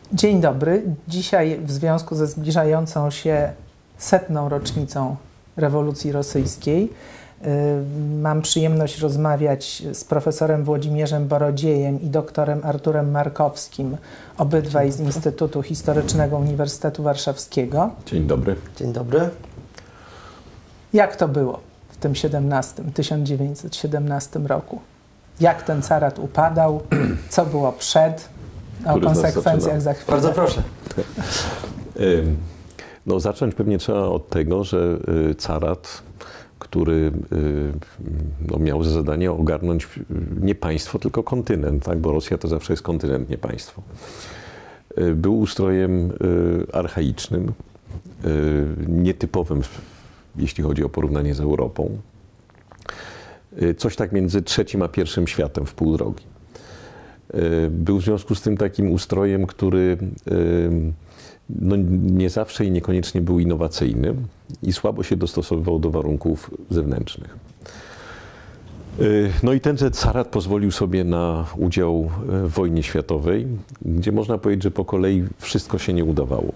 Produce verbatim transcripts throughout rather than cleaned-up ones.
Dzień dobry. Dzisiaj w związku ze zbliżającą się setną rocznicą rewolucji rosyjskiej mam przyjemność rozmawiać z profesorem Włodzimierzem Borodziejem i doktorem Arturem Markowskim, obydwaj z Instytutu Historycznego Uniwersytetu Warszawskiego. Dzień dobry. Dzień dobry. Jak to było w tym tysiąc dziewięćset siedemnastym roku? Jak ten carat upadał? Co było przed? O Który konsekwencjach za chwilę. Bardzo proszę. No, zacząć pewnie trzeba od tego, że carat, który no, miał za zadanie ogarnąć nie państwo, tylko kontynent, tak? Bo Rosja to zawsze jest kontynent, nie państwo. Był ustrojem archaicznym, nietypowym, jeśli chodzi o porównanie z Europą. Coś tak między trzecim a pierwszym światem w pół drogi. Był w związku z tym takim ustrojem, który no, nie zawsze i niekoniecznie był innowacyjny i słabo się dostosowywał do warunków zewnętrznych. No i tenże carat pozwolił sobie na udział w wojnie światowej, gdzie można powiedzieć, że po kolei wszystko się nie udawało.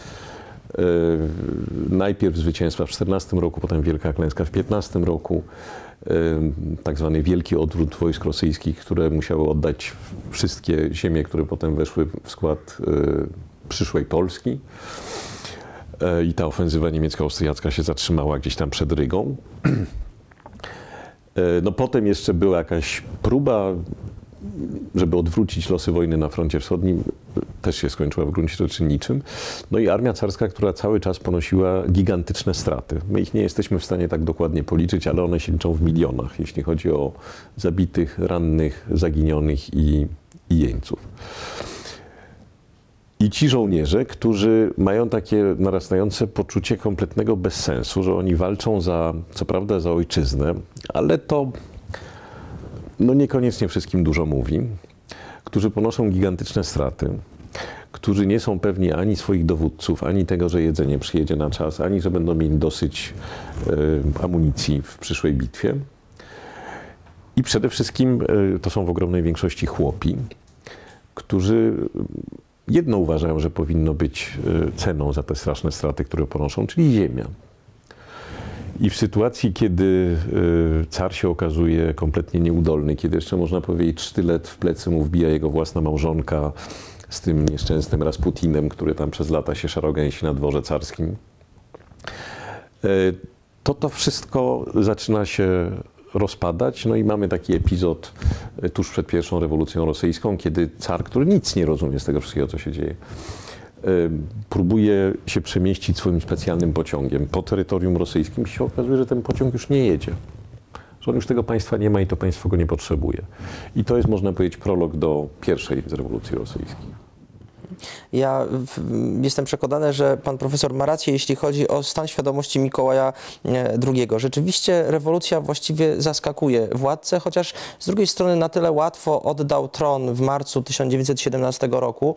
Najpierw zwycięstwa w czternastym roku, potem wielka klęska w piętnastym roku, tak zwany wielki odwrót wojsk rosyjskich, które musiały oddać wszystkie ziemie, które potem weszły w skład przyszłej Polski. I ta ofensywa niemiecko-austriacka się zatrzymała gdzieś tam przed Rygą. No potem jeszcze była jakaś próba, żeby odwrócić losy wojny na froncie wschodnim, też się skończyła w gruncie rzeczy niczym. No i armia carska, która cały czas ponosiła gigantyczne straty. My ich nie jesteśmy w stanie tak dokładnie policzyć, ale one się liczą w milionach, jeśli chodzi o zabitych, rannych, zaginionych i, i jeńców. I ci żołnierze, którzy mają takie narastające poczucie kompletnego bezsensu, że oni walczą za, co prawda za ojczyznę, ale to no niekoniecznie wszystkim dużo mówi, którzy ponoszą gigantyczne straty, którzy nie są pewni ani swoich dowódców, ani tego, że jedzenie przyjedzie na czas, ani że będą mieli dosyć y, amunicji w przyszłej bitwie. I przede wszystkim y, to są w ogromnej większości chłopi, którzy jedno uważają, że powinno być y, ceną za te straszne straty, które ponoszą, czyli ziemia. I w sytuacji, kiedy y, car się okazuje kompletnie nieudolny, kiedy jeszcze można powiedzieć sztylet w plecy mu wbija jego własna małżonka z tym nieszczęsnym Rasputinem, który tam przez lata się szarogęsi na dworze carskim, y, to to wszystko zaczyna się rozpadać. No i mamy taki epizod y, tuż przed pierwszą rewolucją rosyjską, kiedy car, który nic nie rozumie z tego wszystkiego, co się dzieje, próbuje się przemieścić swoim specjalnym pociągiem po terytorium rosyjskim, się okazuje, że ten pociąg już nie jedzie. Że on już tego państwa nie ma i to państwo go nie potrzebuje. I to jest, można powiedzieć, prolog do pierwszej z rewolucji rosyjskiej. Ja jestem przekonany, że pan profesor ma rację, jeśli chodzi o stan świadomości Mikołaja drugiego. Rzeczywiście rewolucja właściwie zaskakuje władcę, chociaż z drugiej strony na tyle łatwo oddał tron w marcu tysiąc dziewięćset siedemnastego roku.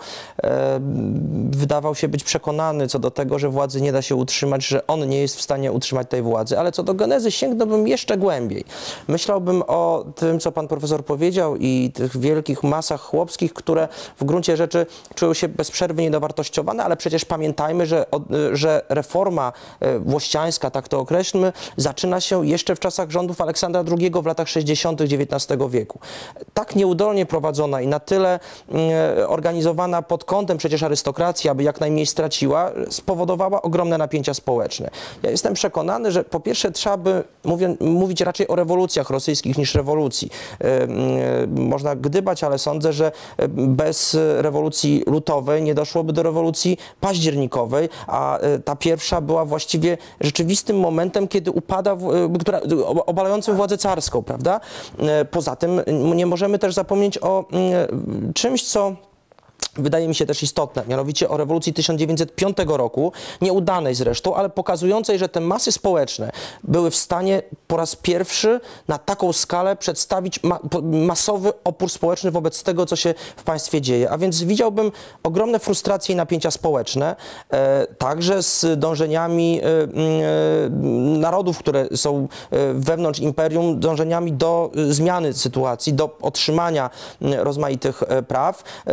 Wydawał się być przekonany co do tego, że władzy nie da się utrzymać, że on nie jest w stanie utrzymać tej władzy. Ale co do genezy sięgnąłbym jeszcze głębiej. Myślałbym o tym, co pan profesor powiedział i tych wielkich masach chłopskich, które w gruncie rzeczy czują się bez przerwy niedowartościowane, ale przecież pamiętajmy, że, że reforma włościańska, tak to określmy, zaczyna się jeszcze w czasach rządów Aleksandra drugiego w latach sześćdziesiątych dziewiętnastego wieku. Tak nieudolnie prowadzona i na tyle organizowana pod kątem przecież arystokracji, aby jak najmniej straciła, spowodowała ogromne napięcia społeczne. Ja jestem przekonany, że po pierwsze trzeba by mówię, mówić raczej o rewolucjach rosyjskich niż rewolucji. Można gdybać, ale sądzę, że bez rewolucji lutowej nie doszłoby do rewolucji październikowej, a ta pierwsza była właściwie rzeczywistym momentem, kiedy upada, która, obalającym władzę carską, prawda? Poza tym nie możemy też zapomnieć o czymś, co wydaje mi się też istotne, mianowicie o rewolucji tysiąc dziewięćset piątego roku, nieudanej zresztą, ale pokazującej, że te masy społeczne były w stanie po raz pierwszy na taką skalę przedstawić ma masowy opór społeczny wobec tego, co się w państwie dzieje. A więc widziałbym ogromne frustracje i napięcia społeczne, e, także z dążeniami e, e, narodów, które są wewnątrz imperium, dążeniami do zmiany sytuacji, do otrzymania rozmaitych praw. E,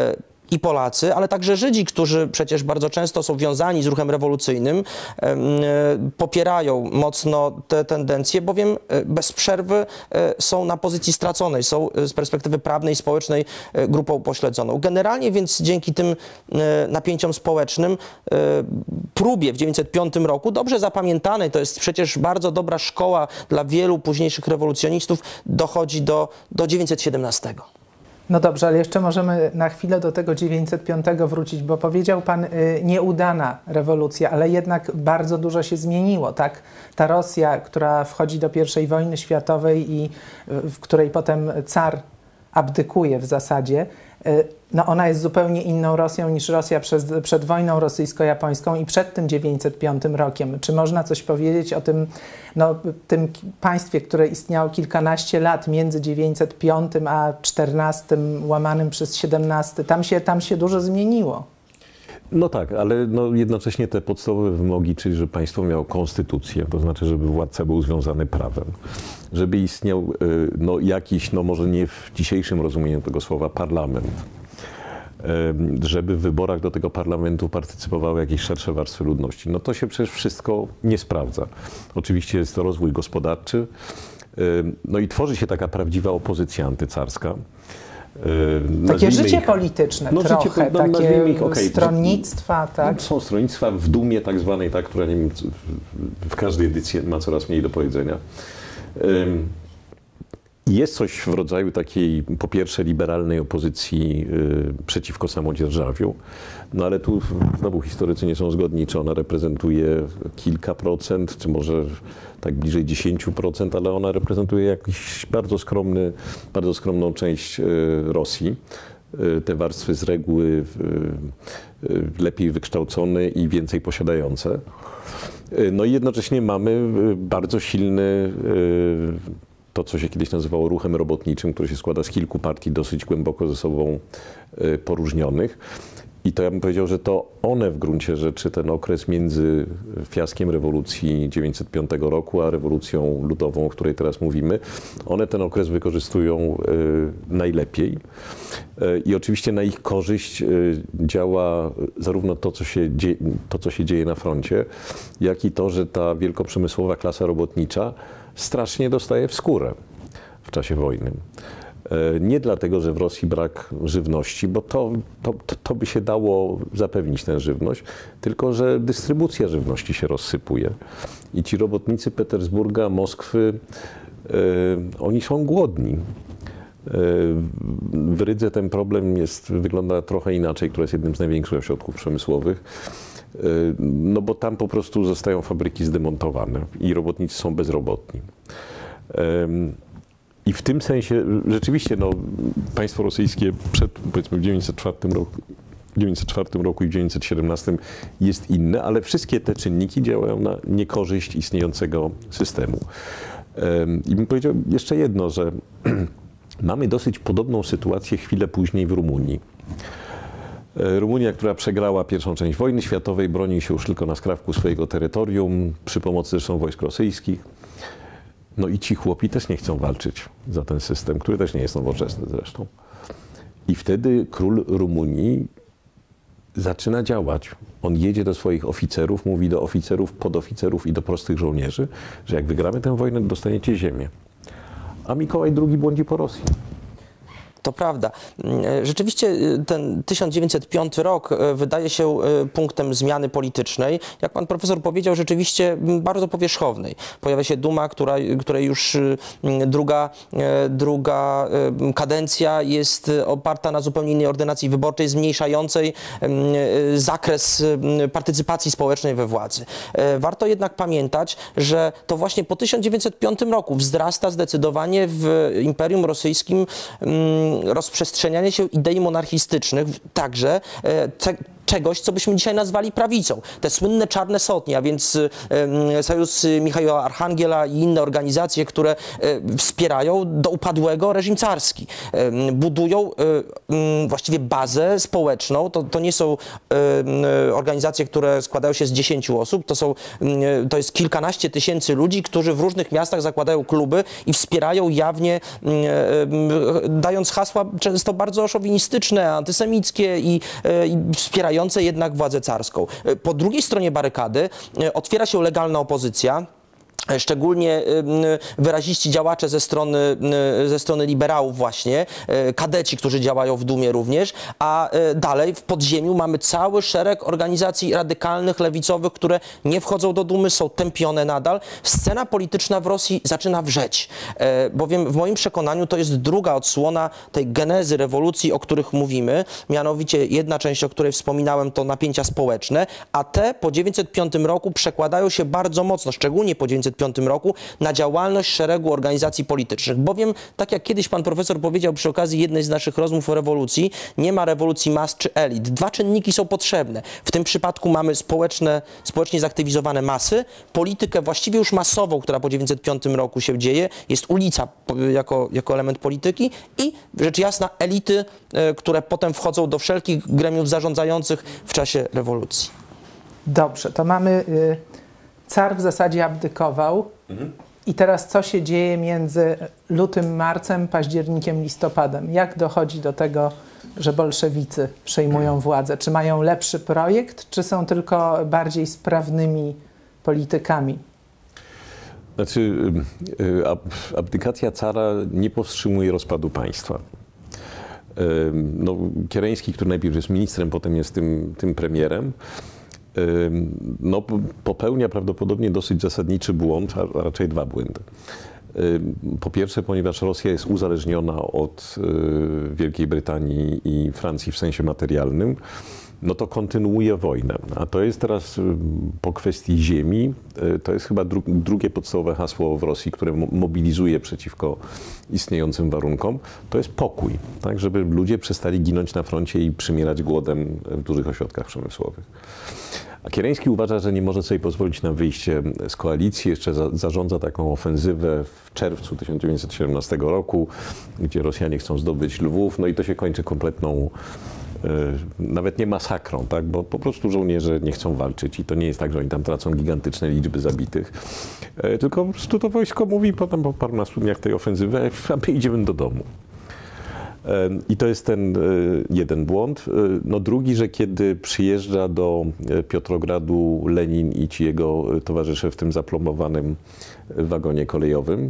i Polacy, ale także Żydzi, którzy przecież bardzo często są wiązani z ruchem rewolucyjnym, popierają mocno te tendencje, bowiem bez przerwy są na pozycji straconej, są z perspektywy prawnej i społecznej grupą pośledzoną. Generalnie więc dzięki tym napięciom społecznym, próbie w tysiąc dziewięćset piątym roku, dobrze zapamiętanej, to jest przecież bardzo dobra szkoła dla wielu późniejszych rewolucjonistów, dochodzi do, do dziewięćset siedemnastego. No dobrze, ale jeszcze możemy na chwilę do tego dziewięćset piątego wrócić, bo powiedział Pan y, nieudana rewolucja, ale jednak bardzo dużo się zmieniło, tak? Ta Rosja, która wchodzi do pierwszej wojny światowej i y, w której potem car abdykuje w zasadzie, y, no ona jest zupełnie inną Rosją niż Rosja przez, przed wojną rosyjsko-japońską i przed tym dziewięćset piątym rokiem. Czy można coś powiedzieć o tym, no, tym państwie, które istniało kilkanaście lat między dziewięćset piątym a czternastym, łamanym przez siedemnasty? Tam się, tam się dużo zmieniło. No tak, ale no jednocześnie te podstawowe wymogi, czyli że państwo miało konstytucję, to znaczy, żeby władca był związany prawem, żeby istniał no, jakiś, no może nie w dzisiejszym rozumieniu tego słowa, parlament, żeby w wyborach do tego parlamentu partycypowały jakieś szersze warstwy ludności. No to się przecież wszystko nie sprawdza. Oczywiście jest to rozwój gospodarczy, no i tworzy się taka prawdziwa opozycja antycarska. Takie życie ich, polityczne no, trochę, życie, no, takie ich, okay, stronnictwa, tak? No, są stronnictwa w Dumie tak zwanej, tak, która nie wiem, w każdej edycji ma coraz mniej do powiedzenia. Jest coś w rodzaju takiej, po pierwsze, liberalnej opozycji y, przeciwko samodzierżawiu, no ale tu znowu historycy nie są zgodni, czy ona reprezentuje kilka procent, czy może tak bliżej dziesięć procent, ale ona reprezentuje jakiś bardzo skromny, bardzo skromną część y, Rosji. Y, te warstwy z reguły y, y, lepiej wykształcone i więcej posiadające. Y, no i jednocześnie mamy y, bardzo silny y, to, co się kiedyś nazywało ruchem robotniczym, który się składa z kilku partii dosyć głęboko ze sobą poróżnionych. I to ja bym powiedział, że to one w gruncie rzeczy, ten okres między fiaskiem rewolucji tysiąc dziewięćset piątego roku, a rewolucją ludową, o której teraz mówimy, one ten okres wykorzystują najlepiej. I oczywiście na ich korzyść działa zarówno to, co się dzieje, to, co się dzieje na froncie, jak i to, że ta wielkoprzemysłowa klasa robotnicza strasznie dostaje w skórę w czasie wojny. Nie dlatego, że w Rosji brak żywności, bo to, to, to by się dało zapewnić tę żywność, tylko że dystrybucja żywności się rozsypuje. I ci robotnicy Petersburga, Moskwy, yy, oni są głodni. Yy, w Rydze ten problem jest, wygląda trochę inaczej, która jest jednym z największych ośrodków przemysłowych. No bo tam po prostu zostają fabryki zdemontowane i robotnicy są bezrobotni. I w tym sensie rzeczywiście no, państwo rosyjskie przed powiedzmy w dziewięćset czwartym roku, dziewięćset czwartym roku i w dziewięćset siedemnastym jest inne, ale wszystkie te czynniki działają na niekorzyść istniejącego systemu. I bym powiedział jeszcze jedno, że mamy dosyć podobną sytuację chwilę później w Rumunii. Rumunia, która przegrała pierwszą część wojny światowej, broni się już tylko na skrawku swojego terytorium, przy pomocy zresztą wojsk rosyjskich. No i ci chłopi też nie chcą walczyć za ten system, który też nie jest nowoczesny zresztą. I wtedy król Rumunii zaczyna działać. On jedzie do swoich oficerów, mówi do oficerów, podoficerów i do prostych żołnierzy, że jak wygramy tę wojnę, dostaniecie ziemię. A Mikołaj drugi błądzi po Rosji. To prawda. Rzeczywiście ten tysiąc dziewięćset piąty rok wydaje się punktem zmiany politycznej. Jak pan profesor powiedział, rzeczywiście bardzo powierzchownej. Pojawia się Duma, która, której już druga, druga kadencja jest oparta na zupełnie innej ordynacji wyborczej, zmniejszającej zakres partycypacji społecznej we władzy. Warto jednak pamiętać, że to właśnie po tysiąc dziewięćset piątym roku wzrasta zdecydowanie w Imperium Rosyjskim rozprzestrzenianie się idei monarchistycznych, także te, czegoś, co byśmy dzisiaj nazwali prawicą. Te słynne czarne sotnie, a więc e, Sojusz Michała Archangiela i inne organizacje, które e, wspierają do upadłego reżim carski. E, budują e, właściwie bazę społeczną. To, to nie są e, organizacje, które składają się z dziesięciu osób. To, są, e, to jest kilkanaście tysięcy ludzi, którzy w różnych miastach zakładają kluby i wspierają jawnie, e, e, dając hasła często bardzo szowinistyczne, antysemickie i, e, i wspierają jednak władzę carską. Po drugiej stronie barykady otwiera się legalna opozycja. Szczególnie wyraziści działacze ze strony, ze strony liberałów właśnie, kadeci, którzy działają w Dumie również, a dalej w podziemiu mamy cały szereg organizacji radykalnych, lewicowych, które nie wchodzą do Dumy, są tępione nadal. Scena polityczna w Rosji zaczyna wrzeć, bowiem w moim przekonaniu to jest druga odsłona tej genezy rewolucji, o których mówimy, mianowicie jedna część, o której wspominałem, to napięcia społeczne, a te po tysiąc dziewięćset piątym roku przekładają się bardzo mocno, szczególnie po tysiąc dziewięćset piątym roku, na działalność szeregu organizacji politycznych. Bowiem, tak jak kiedyś pan profesor powiedział przy okazji jednej z naszych rozmów o rewolucji, nie ma rewolucji mas czy elit. Dwa czynniki są potrzebne. W tym przypadku mamy społeczne, społecznie zaktywizowane masy, politykę właściwie już masową, która po tysiąc dziewięćset piątym roku się dzieje, jest ulica jako, jako element polityki i rzecz jasna elity, które potem wchodzą do wszelkich gremiów zarządzających w czasie rewolucji. Dobrze, to mamy... Y Car w zasadzie abdykował. Mhm. I teraz co się dzieje między lutym, marcem, październikiem, listopadem? Jak dochodzi do tego, że bolszewicy przejmują władzę? Czy mają lepszy projekt, czy są tylko bardziej sprawnymi politykami? Znaczy, abdykacja cara nie powstrzymuje rozpadu państwa. No, Kiereński, który najpierw jest ministrem, potem jest tym, tym premierem, no, popełnia prawdopodobnie dosyć zasadniczy błąd, a raczej dwa błędy. Po pierwsze, ponieważ Rosja jest uzależniona od Wielkiej Brytanii i Francji w sensie materialnym, no to kontynuuje wojnę. A to jest teraz po kwestii ziemi, to jest chyba dru drugie podstawowe hasło w Rosji, które mobilizuje przeciwko istniejącym warunkom, to jest pokój, tak, żeby ludzie przestali ginąć na froncie i przymierać głodem w dużych ośrodkach przemysłowych. A Kiereński uważa, że nie może sobie pozwolić na wyjście z koalicji, jeszcze za, zarządza taką ofensywę w czerwcu tysiąc dziewięćset siedemnastego roku, gdzie Rosjanie chcą zdobyć Lwów, no i to się kończy kompletną, yy, nawet nie masakrą, tak, bo po prostu żołnierze nie chcą walczyć i to nie jest tak, że oni tam tracą gigantyczne liczby zabitych, yy, tylko po prostu to wojsko mówi potem po parunastu dniach tej ofensywy, a my idziemy do domu. I to jest ten jeden błąd. No drugi, że kiedy przyjeżdża do Piotrogradu Lenin i ci jego towarzysze w tym zaplomowanym wagonie kolejowym,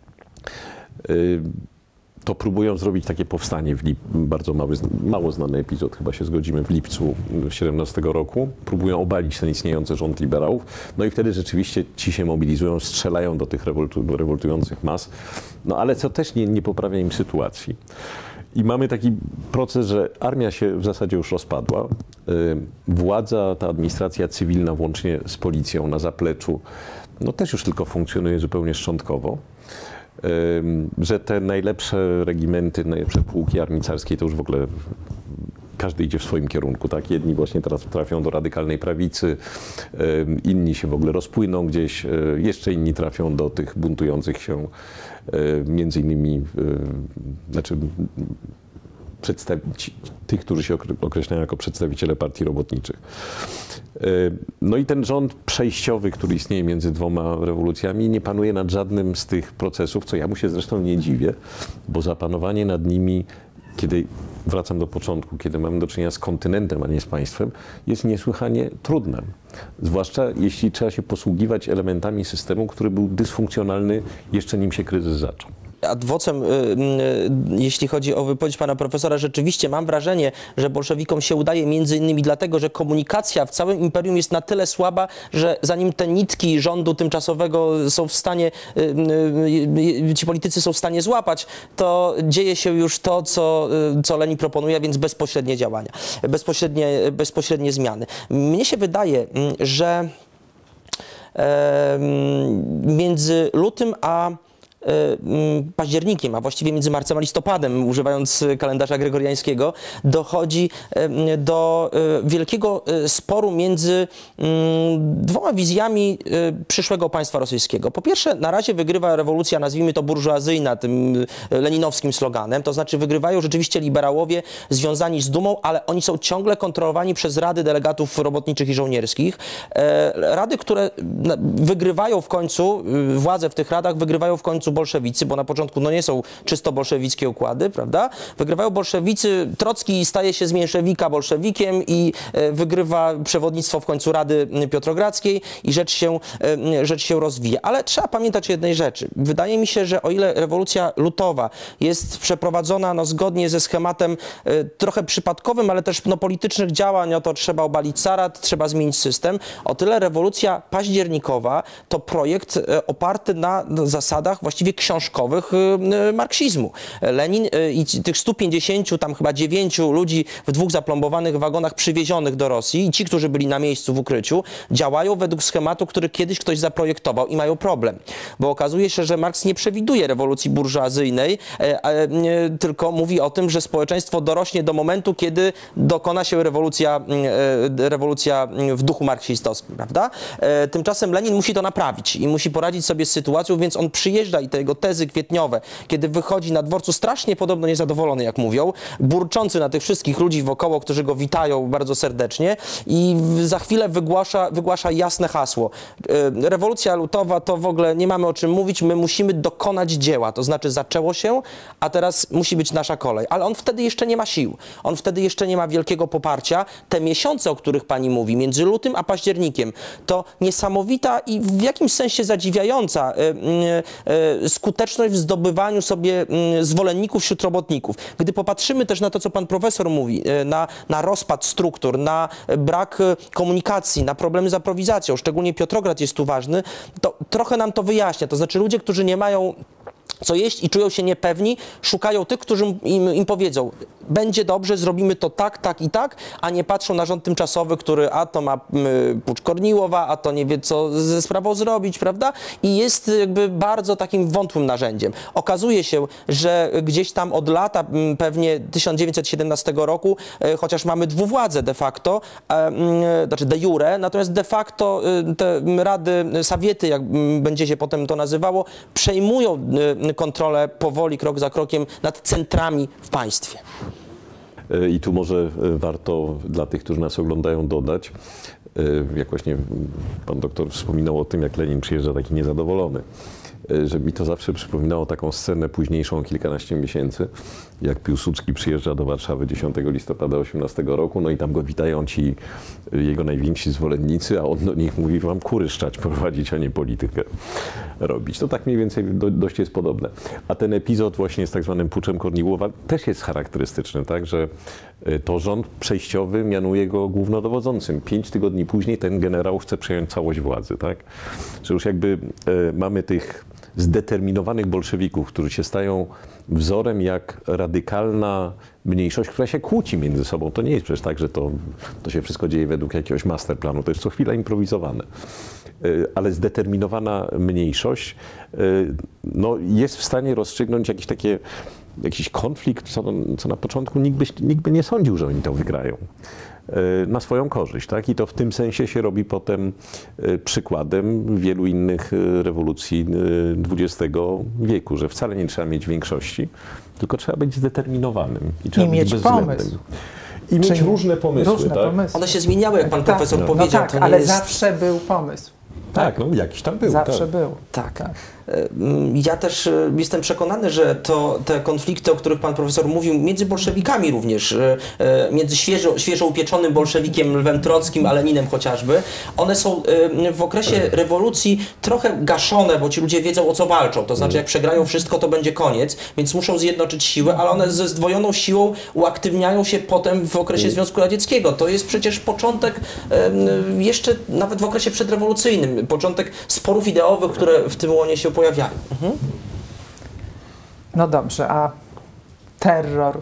to próbują zrobić takie powstanie w lip, bardzo mały, mało znany epizod, chyba się zgodzimy, w lipcu siedemnastego roku. Próbują obalić ten istniejący rząd liberałów. No i wtedy rzeczywiście ci się mobilizują, strzelają do tych rewoltu, rewoltujących mas. No ale co też nie, nie poprawia im sytuacji. I mamy taki proces, że armia się w zasadzie już rozpadła. Władza, ta administracja cywilna włącznie z policją na zapleczu, no też już tylko funkcjonuje zupełnie szczątkowo. Że te najlepsze regimenty, najlepsze pułki armii carskiej to już w ogóle każdy idzie w swoim kierunku, tak? Jedni właśnie teraz trafią do radykalnej prawicy, inni się w ogóle rozpłyną gdzieś, jeszcze inni trafią do tych buntujących się, między innymi, znaczy przedstawić tych, którzy się określają jako przedstawiciele partii robotniczych. No i ten rząd przejściowy, który istnieje między dwoma rewolucjami, nie panuje nad żadnym z tych procesów, co ja mu się zresztą nie dziwię, bo zapanowanie nad nimi, kiedy, wracam do początku, kiedy mamy do czynienia z kontynentem, a nie z państwem, jest niesłychanie trudne. Zwłaszcza jeśli trzeba się posługiwać elementami systemu, który był dysfunkcjonalny jeszcze nim się kryzys zaczął. Ad vocem, jeśli chodzi o wypowiedź pana profesora, rzeczywiście mam wrażenie, że bolszewikom się udaje między innymi dlatego, że komunikacja w całym imperium jest na tyle słaba, że zanim te nitki rządu tymczasowego są w stanie, ci politycy są w stanie złapać, to dzieje się już to, co, co Lenin proponuje, więc bezpośrednie działania, bezpośrednie, bezpośrednie zmiany. Mnie się wydaje, że między lutym a październikiem, a właściwie między marcem a listopadem, używając kalendarza gregoriańskiego, dochodzi do wielkiego sporu między dwoma wizjami przyszłego państwa rosyjskiego. Po pierwsze, na razie wygrywa rewolucja, nazwijmy to burżuazyjna, tym leninowskim sloganem, to znaczy wygrywają rzeczywiście liberałowie związani z dumą, ale oni są ciągle kontrolowani przez rady delegatów robotniczych i żołnierskich. Rady, które wygrywają w końcu, władze w tych radach wygrywają w końcu bolszewicy, bo na początku no nie są czysto bolszewickie układy, prawda? Wygrywają bolszewicy, Trocki staje się z mięszewika bolszewikiem i wygrywa przewodnictwo w końcu Rady Piotrogradzkiej i rzecz się, rzecz się rozwija. Ale trzeba pamiętać o jednej rzeczy. Wydaje mi się, że o ile rewolucja lutowa jest przeprowadzona no, zgodnie ze schematem y, trochę przypadkowym, ale też no, politycznych działań, o to trzeba obalić carat, trzeba zmienić system, o tyle rewolucja październikowa to projekt y, oparty na no, zasadach właściwie książkowych y, y, marksizmu. Lenin y, i tych stu pięćdziesięciu, tam chyba dziewięciu ludzi w dwóch zaplombowanych wagonach przywiezionych do Rosji i ci, którzy byli na miejscu w ukryciu, działają według schematu, który kiedyś ktoś zaprojektował i mają problem. Bo okazuje się, że Marks nie przewiduje rewolucji burżuazyjnej, e, e, tylko mówi o tym, że społeczeństwo dorośnie do momentu, kiedy dokona się rewolucja, e, rewolucja w duchu marksistowskim, prawda? E, tymczasem Lenin musi to naprawić i musi poradzić sobie z sytuacją, więc on przyjeżdża i te jego tezy kwietniowe, kiedy wychodzi na dworcu strasznie podobno niezadowolony, jak mówią, burczący na tych wszystkich ludzi wokoło, którzy go witają bardzo serdecznie i za chwilę wygłasza, wygłasza jasne hasło. E, rewolucja lutowa to w ogóle nie mamy o czym mówić, my musimy dokonać dzieła, to znaczy zaczęło się, a teraz musi być nasza kolej. Ale on wtedy jeszcze nie ma sił, on wtedy jeszcze nie ma wielkiego poparcia. Te miesiące, o których pani mówi, między lutym a październikiem, to niesamowita i w jakimś sensie zadziwiająca y, y, skuteczność w zdobywaniu sobie y, zwolenników wśród robotników. Gdy popatrzymy też na to, co pan profesor mówi, y, na, na rozpad struktur, na brak komunikacji, na problemy z aprowizacją, szczególnie Piotrograd jest tu ważny, to trochę nam to wyjaśnia. To znaczy ludzie, którzy nie mają co jeść i czują się niepewni, szukają tych, którzy im, im powiedzą, będzie dobrze, zrobimy to tak, tak i tak, a nie patrzą na rząd tymczasowy, który a to ma y, pucz Korniłowa, a to nie wie, co ze sprawą zrobić, prawda? I jest jakby bardzo takim wątłym narzędziem. Okazuje się, że gdzieś tam od lata, y, pewnie tysiąc dziewięćset siedemnastego roku, y, chociaż mamy dwuwładzę de facto, y, y, znaczy de jure, natomiast de facto y, te rady, sowiety, jak y, będzie się potem to nazywało, przejmują y, kontrolę powoli, krok za krokiem nad centrami w państwie. I tu może warto dla tych, którzy nas oglądają, dodać, jak właśnie pan doktor wspominał o tym, jak Lenin przyjeżdża taki niezadowolony, że mi to zawsze przypominało taką scenę późniejszą, kilkanaście miesięcy, jak Piłsudski przyjeżdża do Warszawy dziesiątego listopada osiemnastego roku, no i tam go witają ci jego najwięksi zwolennicy, a on do nich mówi, wam kury szczać prowadzić, a nie politykę robić. To tak mniej więcej do, dość jest podobne. A ten epizod właśnie z tak zwanym puczem Korniłowa też jest charakterystyczny, tak, że to rząd przejściowy mianuje go głównodowodzącym. Pięć tygodni później ten generał chce przejąć całość władzy, tak? Że już jakby e, mamy tych zdeterminowanych bolszewików, którzy się stają wzorem jak radykalna mniejszość, która się kłóci między sobą. To nie jest przecież tak, że to, to się wszystko dzieje według jakiegoś masterplanu. To jest co chwila improwizowane. Ale zdeterminowana mniejszość no, jest w stanie rozstrzygnąć jakieś takie, jakiś konflikt, co, co na początku nikt by, nikt by nie sądził, że oni to wygrają. Na swoją korzyść, tak? I to w tym sensie się robi potem przykładem wielu innych rewolucji dwudziestego wieku, że wcale nie trzeba mieć większości, tylko trzeba być zdeterminowanym i trzeba I być mieć bezwzględnym. pomysł. I mieć Czyli różne pomysły, różne tak? pomysły. One się zmieniały, jak pan tak, profesor no, powiedział. no tak, to nie ale jest... zawsze był pomysł. Tak, no jakiś tam był. Zawsze tak. był. Tak. tak. Ja też jestem przekonany, że to te konflikty, o których pan profesor mówił, między bolszewikami również, między świeżo, świeżo upieczonym bolszewikiem Lwem Trockim, a Leninem chociażby, one są w okresie rewolucji trochę gaszone, bo ci ludzie wiedzą, o co walczą. To znaczy, jak przegrają wszystko, to będzie koniec, więc muszą zjednoczyć siły, ale one ze zdwojoną siłą uaktywniają się potem w okresie Związku Radzieckiego. To jest przecież początek, jeszcze nawet w okresie przedrewolucyjnym, początek sporów ideowych, które w tym łonie się pojawiają. Mhm. No dobrze, a terror?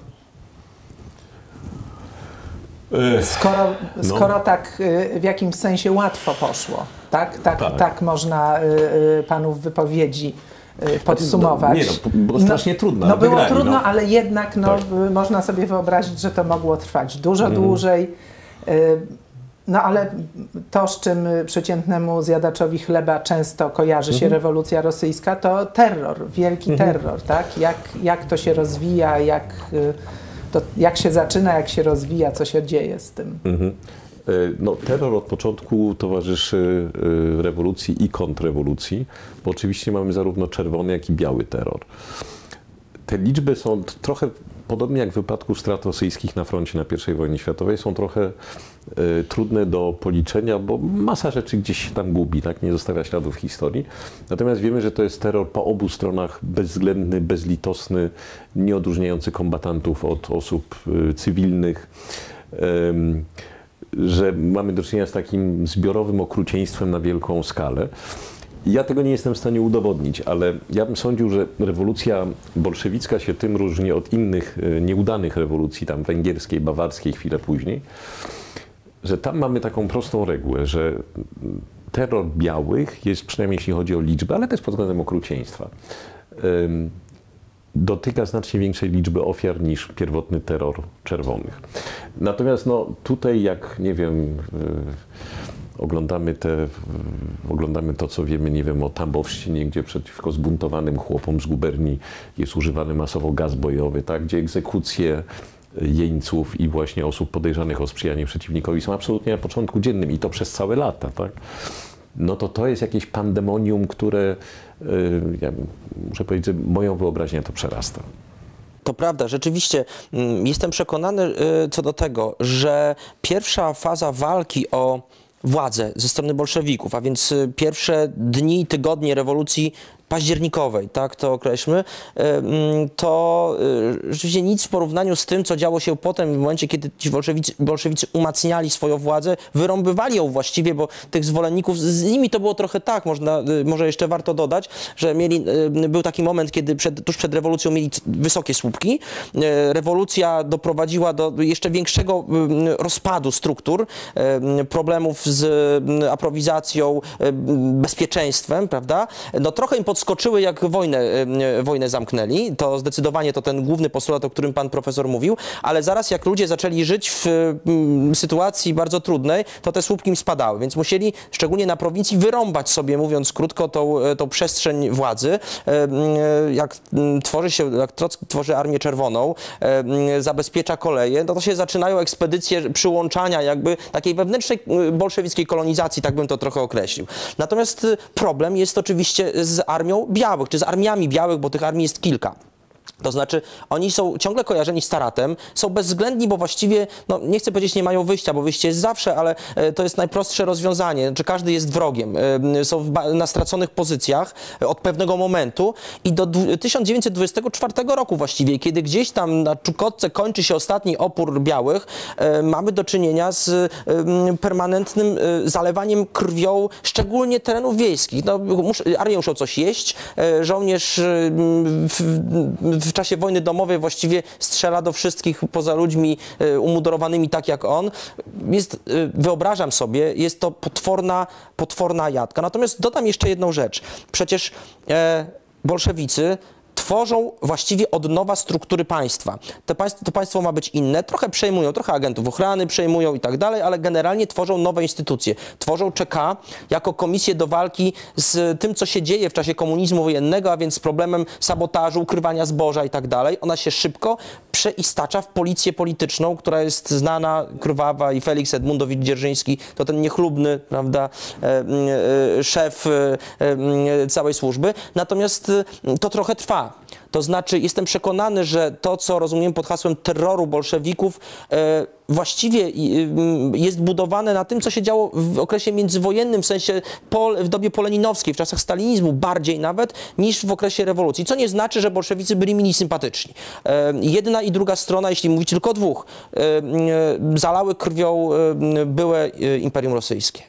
Skoro, no. skoro tak w jakimś sensie łatwo poszło, tak, tak, tak. tak można panów wypowiedzi podsumować. Nie, no, było strasznie no, trudno. No było wygrali, trudno, no. ale jednak no, Tak. można sobie wyobrazić, że to mogło trwać dużo mm. dłużej. No ale to, z czym przeciętnemu zjadaczowi chleba często kojarzy się mm. rewolucja rosyjska, to terror, wielki mm. terror, tak? Jak, jak to się rozwija, jak, to, jak się zaczyna, jak się rozwija, co się dzieje z tym. Mm-hmm. No, terror od początku towarzyszy rewolucji i kontrrewolucji, bo oczywiście mamy zarówno czerwony, jak i biały terror. Te liczby są trochę, podobnie jak w wypadku strat rosyjskich na froncie na pierwszej wojnie światowej, są trochę y, trudne do policzenia, bo masa rzeczy gdzieś się tam gubi, tak? Nie zostawia śladów w historii. Natomiast wiemy, że to jest terror po obu stronach bezwzględny, bezlitosny, nie odróżniający kombatantów od osób y, cywilnych. Y, że mamy do czynienia z takim zbiorowym okrucieństwem na wielką skalę. Ja tego nie jestem w stanie udowodnić, ale ja bym sądził, że rewolucja bolszewicka się tym różni od innych nieudanych rewolucji, tam węgierskiej, bawarskiej chwilę później, że tam mamy taką prostą regułę, że terror białych jest, przynajmniej jeśli chodzi o liczbę, ale też pod względem okrucieństwa, dotyka znacznie większej liczby ofiar niż pierwotny terror czerwonych. Natomiast no, tutaj jak, nie wiem, yy, oglądamy, te, yy, oglądamy to, co wiemy, nie wiem, o Tambowszczynie, gdzie przeciwko zbuntowanym chłopom z guberni jest używany masowo gaz bojowy, tak, gdzie egzekucje jeńców i właśnie osób podejrzanych o sprzyjanie przeciwnikowi są absolutnie na początku dziennym i to przez całe lata, tak. No to to jest jakieś pandemonium, które, yy, ja muszę powiedzieć, że moją wyobraźnię to przerasta. To prawda, rzeczywiście jestem przekonany co do tego, że pierwsza faza walki o władzę ze strony bolszewików, a więc pierwsze dni i tygodnie rewolucji październikowej, tak to określmy, to rzeczywiście nic w porównaniu z tym, co działo się potem w momencie, kiedy ci bolszewicy, bolszewicy umacniali swoją władzę, wyrąbywali ją właściwie, bo tych zwolenników, z nimi to było trochę tak, można, może jeszcze warto dodać, że mieli, był taki moment, kiedy przed, tuż przed rewolucją mieli wysokie słupki. Rewolucja doprowadziła do jeszcze większego rozpadu struktur, problemów z aprowizacją, bezpieczeństwem, prawda? No trochę im pod skoczyły, jak wojnę, wojnę zamknęli. To zdecydowanie to ten główny postulat, o którym pan profesor mówił, ale zaraz jak ludzie zaczęli żyć w sytuacji bardzo trudnej, to te słupki im spadały, więc musieli, szczególnie na prowincji, wyrąbać sobie, mówiąc krótko, tą, tą przestrzeń władzy. Jak tworzy się, jak Trocki tworzy Armię Czerwoną, zabezpiecza koleje, no to się zaczynają ekspedycje przyłączania jakby takiej wewnętrznej bolszewickiej kolonizacji, tak bym to trochę określił. Natomiast problem jest oczywiście z armią białych, czy z armiami białych, bo tych armii jest kilka. To znaczy, oni są ciągle kojarzeni z Taratem, są bezwzględni, bo właściwie, no nie chcę powiedzieć, nie mają wyjścia, bo wyjście jest zawsze, ale to jest najprostsze rozwiązanie. Znaczy, każdy jest wrogiem. Są na straconych pozycjach od pewnego momentu i do tysiąc dziewięćset dwudziestego czwartego roku właściwie, kiedy gdzieś tam na Czukotce kończy się ostatni opór białych, mamy do czynienia z permanentnym zalewaniem krwią, szczególnie terenów wiejskich. No, armie muszą coś jeść, żołnierz w, w W czasie wojny domowej właściwie strzela do wszystkich poza ludźmi umundurowanymi tak jak on. Jest, wyobrażam sobie, jest to potworna, potworna jadka. Natomiast dodam jeszcze jedną rzecz. Przecież e, bolszewicy tworzą właściwie od nowa struktury państwa. To państwo, to państwo ma być inne, trochę przejmują, trochę agentów ochrany przejmują i tak dalej, ale generalnie tworzą nowe instytucje. Tworzą C K jako komisję do walki z tym, co się dzieje w czasie komunizmu wojennego, a więc z problemem sabotażu, ukrywania zboża i tak dalej. Ona się szybko przeistacza w policję polityczną, która jest znana, krwawa i Feliks Edmundowicz-Dzierżyński to ten niechlubny, prawda, szef całej służby. Natomiast to trochę trwa. To znaczy, jestem przekonany, że to, co rozumiem pod hasłem terroru bolszewików, e, właściwie jest budowane na tym, co się działo w okresie międzywojennym, w sensie pol, w dobie poleninowskiej, w czasach stalinizmu, bardziej nawet niż w okresie rewolucji. Co nie znaczy, że bolszewicy byli mniej sympatyczni. E, jedna i druga strona, jeśli mówić tylko o dwóch, e, e, zalały krwią e, byłe Imperium Rosyjskie.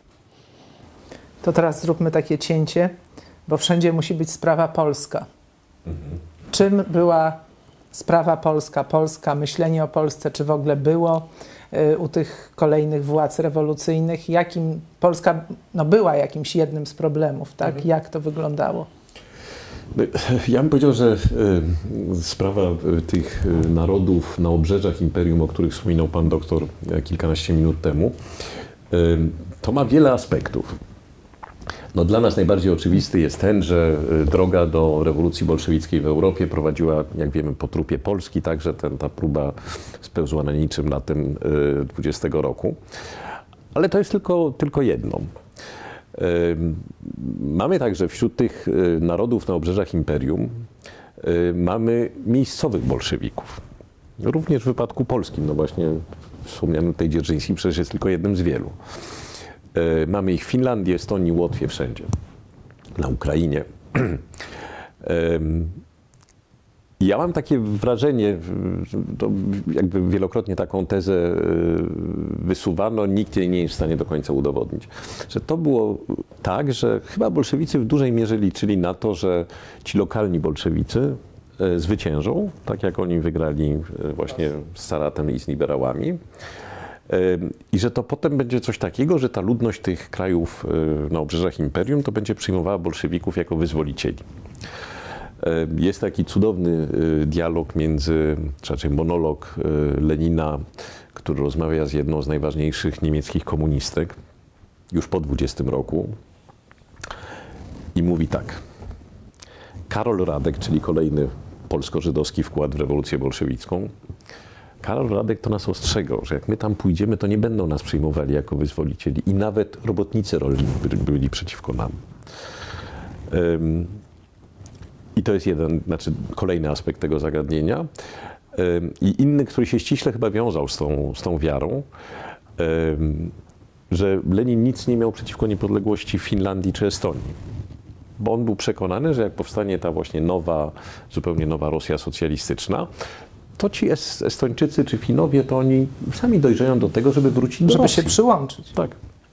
To teraz zróbmy takie cięcie, bo wszędzie musi być sprawa polska. Mhm. Czym była sprawa polska, Polska, myślenie o Polsce, czy w ogóle było y, u tych kolejnych władz rewolucyjnych? Jakim Polska no, była jakimś jednym z problemów, tak? Mhm. Jak to wyglądało? Ja bym powiedział, że sprawa tych narodów na obrzeżach imperium, o których wspominał pan doktor kilkanaście minut temu, to ma wiele aspektów. No, dla nas najbardziej oczywisty jest ten, że droga do rewolucji bolszewickiej w Europie prowadziła, jak wiemy, po trupie Polski, także ten, ta próba spełzła na niczym latem dwudziestego roku. Ale to jest tylko, tylko jedno. Mamy także wśród tych narodów na obrzeżach imperium mamy miejscowych bolszewików. Również w wypadku polskim, no właśnie wspomniany tutaj Dzierżyński przecież jest tylko jednym z wielu. Mamy ich w Finlandii, Estonii, Łotwie, wszędzie. Na Ukrainie. Ja mam takie wrażenie, to jakby wielokrotnie taką tezę wysuwano, nikt jej nie jest w stanie do końca udowodnić, że to było tak, że chyba bolszewicy w dużej mierze liczyli na to, że ci lokalni bolszewicy zwyciężą, tak jak oni wygrali właśnie z Saratem i z liberałami. I że to potem będzie coś takiego, że ta ludność tych krajów na obrzeżach imperium to będzie przyjmowała bolszewików jako wyzwolicieli. Jest taki cudowny dialog między, czy raczej monolog Lenina, który rozmawia z jedną z najważniejszych niemieckich komunistek już po dwudziestym roku i mówi tak. Karol Radek, czyli kolejny polsko-żydowski wkład w rewolucję bolszewicką, Karol Radek to nas ostrzegał, że jak my tam pójdziemy, to nie będą nas przyjmowali jako wyzwolicieli i nawet robotnicy rolni byli przeciwko nam. Um, I to jest jeden, znaczy kolejny aspekt tego zagadnienia. Um, I inny, który się ściśle chyba wiązał z tą, z tą wiarą, um, że Lenin nic nie miał przeciwko niepodległości Finlandii czy Estonii. Bo on był przekonany, że jak powstanie ta właśnie nowa, zupełnie nowa Rosja socjalistyczna, to ci Estończycy czy Finowie, to oni sami dojrzeją do tego, żeby wrócić do Żeby Rosji. się przyłączyć. Tak.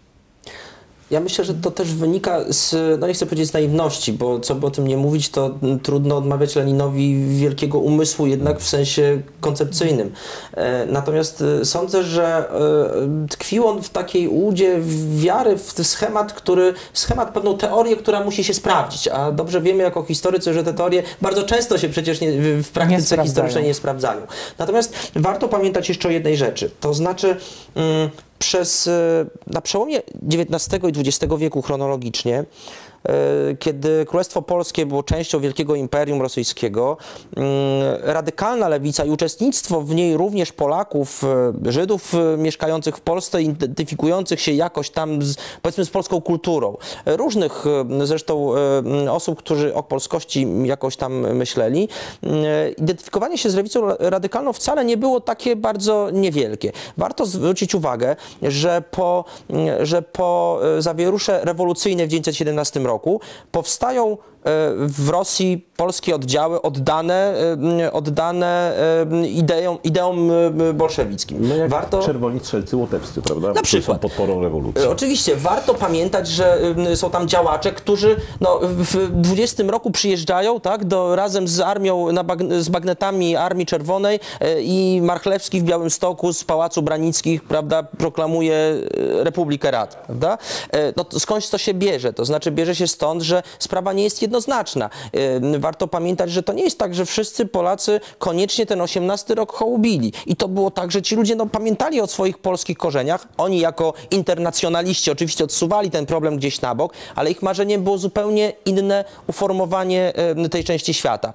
Ja myślę, że to też wynika z, no nie chcę powiedzieć z naiwności, bo co by o tym nie mówić, to trudno odmawiać Leninowi wielkiego umysłu jednak w sensie koncepcyjnym. Natomiast sądzę, że tkwił on w takiej ułudzie wiary w schemat, który, schemat, pewną teorię, która musi się sprawdzić, a dobrze wiemy jako historycy, że te teorie bardzo często się przecież nie, w praktyce nie historycznej nie sprawdzają. Natomiast warto pamiętać jeszcze o jednej rzeczy, to znaczy mm, przez, na przełomie dziewiętnastego i dwudziestego wieku chronologicznie, kiedy Królestwo Polskie było częścią Wielkiego Imperium Rosyjskiego, radykalna lewica i uczestnictwo w niej również Polaków, Żydów mieszkających w Polsce, identyfikujących się jakoś tam z, powiedzmy z polską kulturą, różnych zresztą osób, którzy o polskości jakoś tam myśleli, identyfikowanie się z lewicą radykalną wcale nie było takie bardzo niewielkie. Warto zwrócić uwagę, że po, że po zawierusze rewolucyjne w tysiąc dziewięćset siedemnastym roku powstają w Rosji polskie oddziały oddane, oddane ideom, ideom bolszewickim. No jak warto... czerwoni strzelcy łotewscy, prawda? Na przykład. Są podporą rewolucji. Oczywiście, warto pamiętać, że są tam działacze, którzy no, w dwudziestym roku przyjeżdżają, tak, do, razem z armią, na bag, z bagnetami Armii Czerwonej i Marchlewski w Białymstoku z Pałacu Branickich, prawda, proklamuje Republikę Rad, prawda? No, to skądś to się bierze? To znaczy bierze się stąd, że sprawa nie jest jednoznaczna. Warto pamiętać, że to nie jest tak, że wszyscy Polacy koniecznie ten osiemnasty rok hołubili. I to było tak, że ci ludzie no, pamiętali o swoich polskich korzeniach. Oni jako internacjonaliści oczywiście odsuwali ten problem gdzieś na bok, ale ich marzeniem było zupełnie inne uformowanie tej części świata.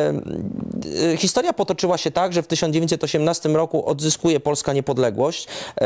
Historia potoczyła się tak, że w tysiąc dziewięćset osiemnastym roku odzyskuje Polska niepodległość.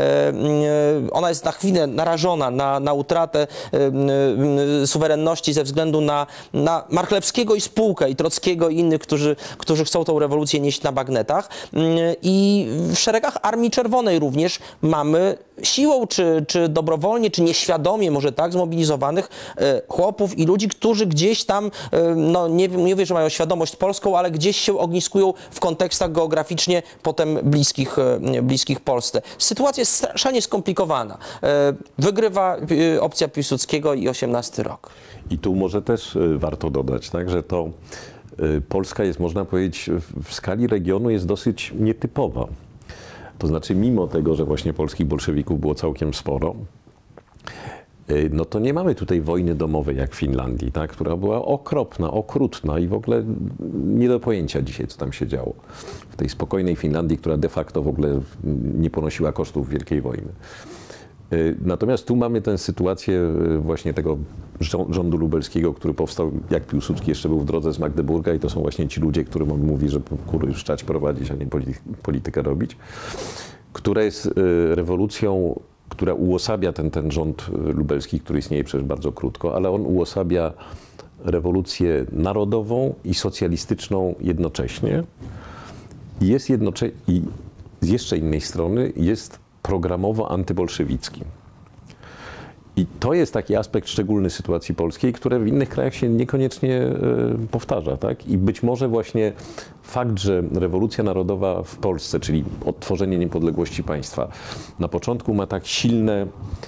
Ona jest na chwilę narażona na, na utratę suwerenności ze względu na, na Marchlewskiego i spółkę, i Trockiego i innych, którzy, którzy chcą tą rewolucję nieść na bagnetach. I w szeregach Armii Czerwonej również mamy siłą, czy, czy dobrowolnie, czy nieświadomie może tak, zmobilizowanych chłopów i ludzi, którzy gdzieś tam, no nie, nie mówię, że mają świadomość polską, ale gdzieś się ogniskują w kontekstach geograficznie potem bliskich, bliskich Polsce. Sytuacja jest strasznie skomplikowana. Wygrywa opcja Piłsudskiego i osiemnasty rok. I tu może też warto dodać, tak, że to Polska jest, można powiedzieć, w skali regionu jest dosyć nietypowa. To znaczy, mimo tego, że właśnie polskich bolszewików było całkiem sporo, no to nie mamy tutaj wojny domowej jak w Finlandii, tak, która była okropna, okrutna i w ogóle nie do pojęcia dzisiaj, co tam się działo. W tej spokojnej Finlandii, która de facto w ogóle nie ponosiła kosztów Wielkiej Wojny. Natomiast tu mamy tę sytuację właśnie tego rządu lubelskiego, który powstał, jak Piłsudski jeszcze był w drodze z Magdeburga, i to są właśnie ci ludzie, którym on mówi, że kurwa już czać prowadzić, a nie politykę robić, która jest rewolucją, która uosabia ten, ten rząd lubelski, który istnieje przecież bardzo krótko, ale on uosabia rewolucję narodową i socjalistyczną jednocześnie. I jest jednocze- i z jeszcze innej strony jest programowo antybolszewicki. I to jest taki aspekt szczególny sytuacji polskiej, które w innych krajach się niekoniecznie y, powtarza, tak? I być może właśnie fakt, że rewolucja narodowa w Polsce, czyli odtworzenie niepodległości państwa, na początku ma tak silne,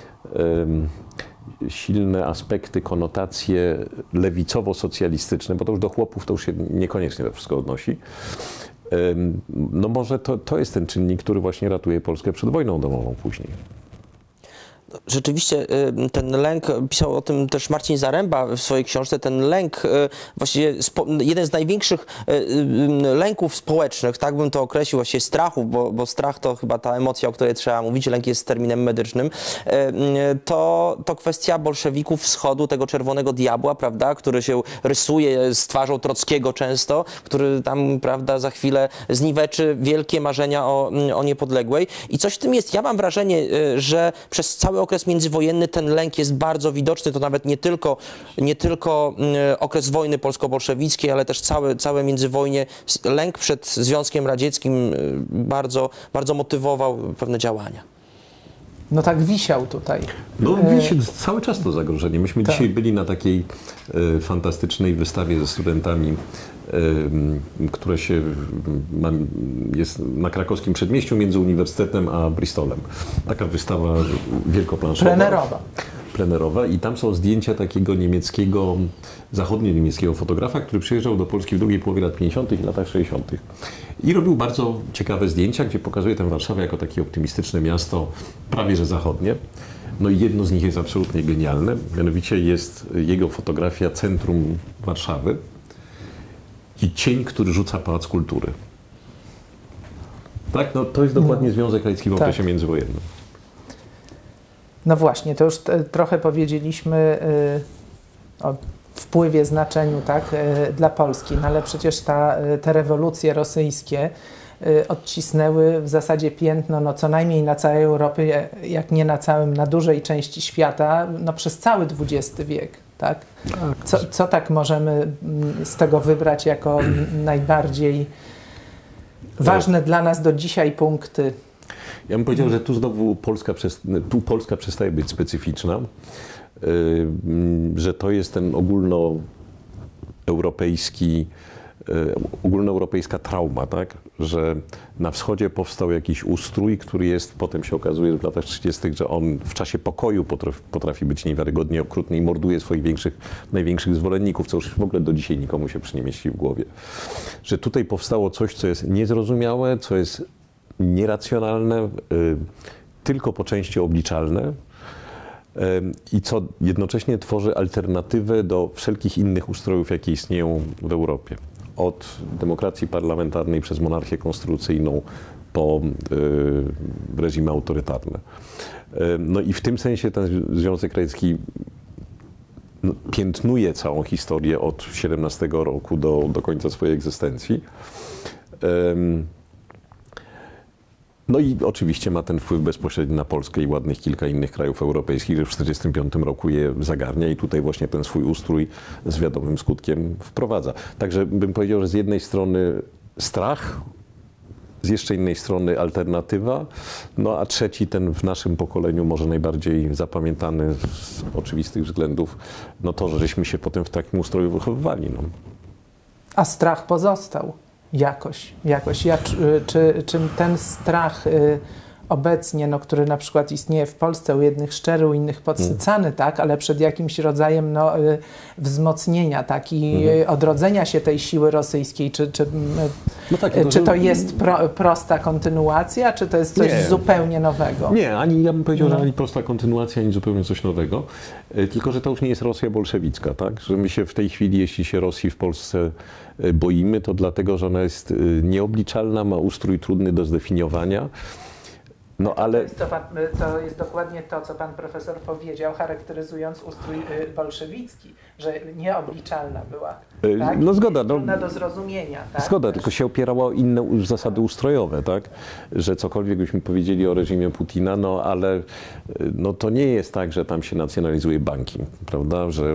y, silne aspekty, konotacje lewicowo-socjalistyczne, bo to już do chłopów to już się niekoniecznie to wszystko odnosi. Y, no może to, to jest ten czynnik, który właśnie ratuje Polskę przed wojną domową później. Rzeczywiście ten lęk, pisał o tym też Marcin Zaręba w swojej książce, ten lęk, właściwie jeden z największych lęków społecznych, tak bym to określił, właściwie strachów, bo, bo strach to chyba ta emocja, o której trzeba mówić, lęk jest terminem medycznym, to, to kwestia bolszewików wschodu, tego czerwonego diabła, prawda, który się rysuje z twarzą Trockiego często, który tam, prawda, za chwilę zniweczy wielkie marzenia o, o niepodległej. I coś w tym jest. Ja mam wrażenie, że przez cały okres międzywojenny ten lęk jest bardzo widoczny, to nawet nie tylko, nie tylko okres wojny polsko-bolszewickiej, ale też całe, całe międzywojnie. Lęk przed Związkiem Radzieckim bardzo, bardzo motywował pewne działania. No tak wisiał tutaj. No wisi cały czas to zagrożenie. Myśmy tak. dzisiaj byli na takiej e, fantastycznej wystawie ze studentami, e, które się ma, jest na krakowskim przedmieściu między Uniwersytetem a Bristolem. Taka wystawa wielkoplanszowa. Plenerowa. plenerowa i tam są zdjęcia takiego niemieckiego, zachodnio-niemieckiego fotografa, który przyjeżdżał do Polski w drugiej połowie lat pięćdziesiątych i latach sześćdziesiątych. I robił bardzo ciekawe zdjęcia, gdzie pokazuje tę Warszawę jako takie optymistyczne miasto, prawie że zachodnie. No i jedno z nich jest absolutnie genialne, mianowicie jest jego fotografia centrum Warszawy i cień, który rzuca Pałac Kultury. Tak, no to jest dokładnie no, Związek Radziecki w okresie tak. międzywojennym. No właśnie, to już t- trochę powiedzieliśmy y, o wpływie, znaczeniu, tak, y, dla Polski, no ale przecież ta, y, te rewolucje rosyjskie y, odcisnęły w zasadzie piętno, no co najmniej na całej Europie, jak nie na całym, na dużej części świata, no przez cały dwudziesty wiek, tak? tak. Co, co tak możemy z tego wybrać jako najbardziej ważne dla nas do dzisiaj punkty? Ja bym powiedział, że tu znowu Polska, tu Polska przestaje być specyficzna, że to jest ten ogólnoeuropejski, ogólnoeuropejska trauma, tak? Że na wschodzie powstał jakiś ustrój, który jest, potem się okazuje w latach trzydziestych, że on w czasie pokoju potrafi, potrafi być niewiarygodnie okrutny i morduje swoich większych, największych zwolenników, co już w ogóle do dzisiaj nikomu się przy nie mieści w głowie. Że tutaj powstało coś, co jest niezrozumiałe, co jest nieracjonalne, y, tylko po części obliczalne y, i co jednocześnie tworzy alternatywę do wszelkich innych ustrojów, jakie istnieją w Europie. Od demokracji parlamentarnej przez monarchię konstytucyjną po y, reżimy autorytarne. Y, no i w tym sensie ten Związek Radziecki no, piętnuje całą historię od siedemnastego roku do, do końca swojej egzystencji. Y, No i oczywiście ma ten wpływ bezpośredni na Polskę i ładnych kilka innych krajów europejskich, że w tysiąc dziewięćset czterdziestym piątym roku je zagarnia i tutaj właśnie ten swój ustrój z wiadomym skutkiem wprowadza. Także bym powiedział, że z jednej strony strach, z jeszcze innej strony alternatywa, no a trzeci ten w naszym pokoleniu może najbardziej zapamiętany z oczywistych względów, no to, że żeśmy się potem w takim ustroju wychowywali. No. A strach pozostał. Jakoś, jakoś. Ja, czy, czy, czy ten strach y, obecnie, no, który na przykład istnieje w Polsce, u jednych szczery, u innych podsycany, mm. tak, ale przed jakimś rodzajem no, y, wzmocnienia, tak, i mm. odrodzenia się tej siły rosyjskiej, czy, czy, no tak, y, to, czy to że... jest pro, prosta kontynuacja, czy to jest coś nie. zupełnie nowego? Nie, ani ja bym powiedział, no. że ani prosta kontynuacja, ani zupełnie coś nowego, y, tylko że to już nie jest Rosja bolszewicka, tak, że my się w tej chwili, jeśli się Rosji w Polsce boimy, to dlatego, że ona jest nieobliczalna, ma ustrój trudny do zdefiniowania. No, ale... to, jest to, pan, to jest dokładnie to, co pan profesor powiedział, charakteryzując ustrój bolszewicki, że nieobliczalna była. Tak? No zgoda. No, trudna do zrozumienia. Tak? Zgoda, tylko się opierała o inne zasady ustrojowe, tak? Że cokolwiek byśmy powiedzieli o reżimie Putina, no ale no, to nie jest tak, że tam się nacjonalizuje banki, prawda? Że,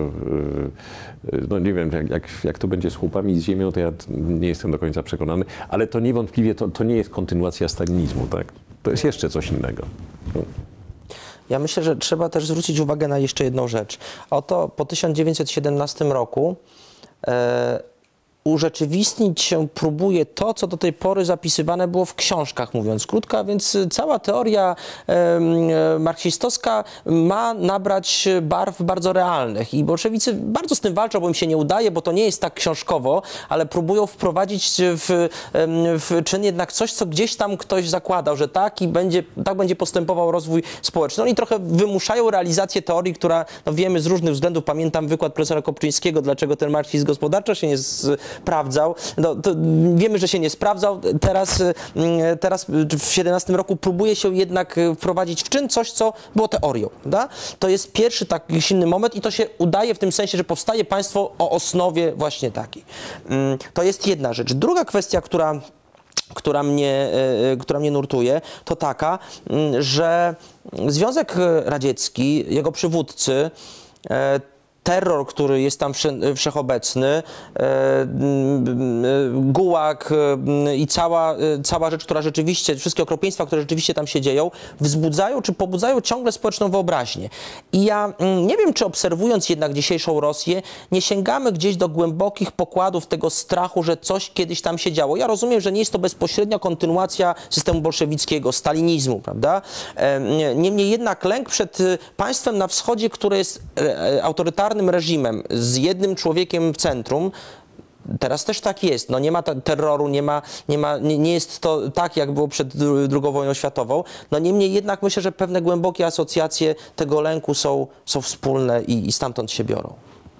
no nie wiem, jak, jak, jak to będzie z chłopami z ziemią, to ja nie jestem do końca przekonany, ale to niewątpliwie to, to nie jest kontynuacja stalinizmu, tak? To jest jeszcze coś innego. No. Ja myślę, że trzeba też zwrócić uwagę na jeszcze jedną rzecz. Oto po tysiąc dziewięćset siedemnastym roku e, urzeczywistnić się próbuje to, co do tej pory zapisywane było w książkach, mówiąc krótko, a więc cała teoria e, marksistowska ma nabrać barw bardzo realnych i bolszewicy bardzo z tym walczą, bo im się nie udaje, bo to nie jest tak książkowo, ale próbują wprowadzić w, w czyn jednak coś, co gdzieś tam ktoś zakładał, że tak i będzie, tak będzie postępował rozwój społeczny. Oni trochę wymuszają realizację teorii, która, no wiemy z różnych względów, pamiętam wykład profesora Kopczyńskiego, dlaczego ten marksizm gospodarczy się nie sprawdzał. No, to wiemy, że się nie sprawdzał. Teraz, teraz w siedemnastym roku próbuje się jednak wprowadzić w czyn coś, co było teorią. Da? To jest pierwszy taki silny moment i to się udaje w tym sensie, że powstaje państwo o osnowie właśnie takiej. To jest jedna rzecz. Druga kwestia, która która mnie, która mnie nurtuje, to taka, że Związek Radziecki, jego przywódcy, terror, który jest tam wszechobecny, gułag i cała, cała rzecz, która rzeczywiście, wszystkie okropieństwa, które rzeczywiście tam się dzieją, wzbudzają czy pobudzają ciągle społeczną wyobraźnię. I ja nie wiem, czy obserwując jednak dzisiejszą Rosję, nie sięgamy gdzieś do głębokich pokładów tego strachu, że coś kiedyś tam się działo. Ja rozumiem, że nie jest to bezpośrednia kontynuacja systemu bolszewickiego, stalinizmu, prawda? Niemniej jednak lęk przed państwem na wschodzie, które jest autorytarnym reżimem z jednym człowiekiem w centrum, teraz też tak jest. No nie ma terroru, nie, ma, nie, ma, nie, nie jest to tak, jak było przed drugą wojną światową. No niemniej jednak myślę, że pewne głębokie asocjacje tego lęku są, są wspólne i, i stamtąd się biorą.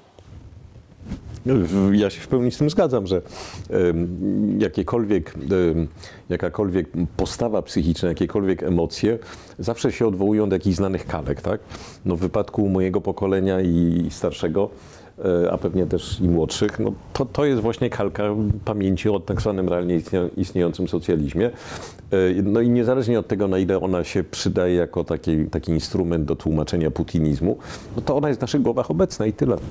Ja się w pełni z tym zgadzam, że um, jakiekolwiek, um, jakakolwiek postawa psychiczna, jakiekolwiek emocje zawsze się odwołują do jakichś znanych kalek, tak? No w wypadku mojego pokolenia i starszego, a pewnie też i młodszych, no to, to jest właśnie kalka pamięci o tak zwanym realnie istniejącym socjalizmie. No i niezależnie od tego, na ile ona się przydaje jako taki, taki instrument do tłumaczenia putinizmu, no to ona jest w naszych głowach obecna i tyle.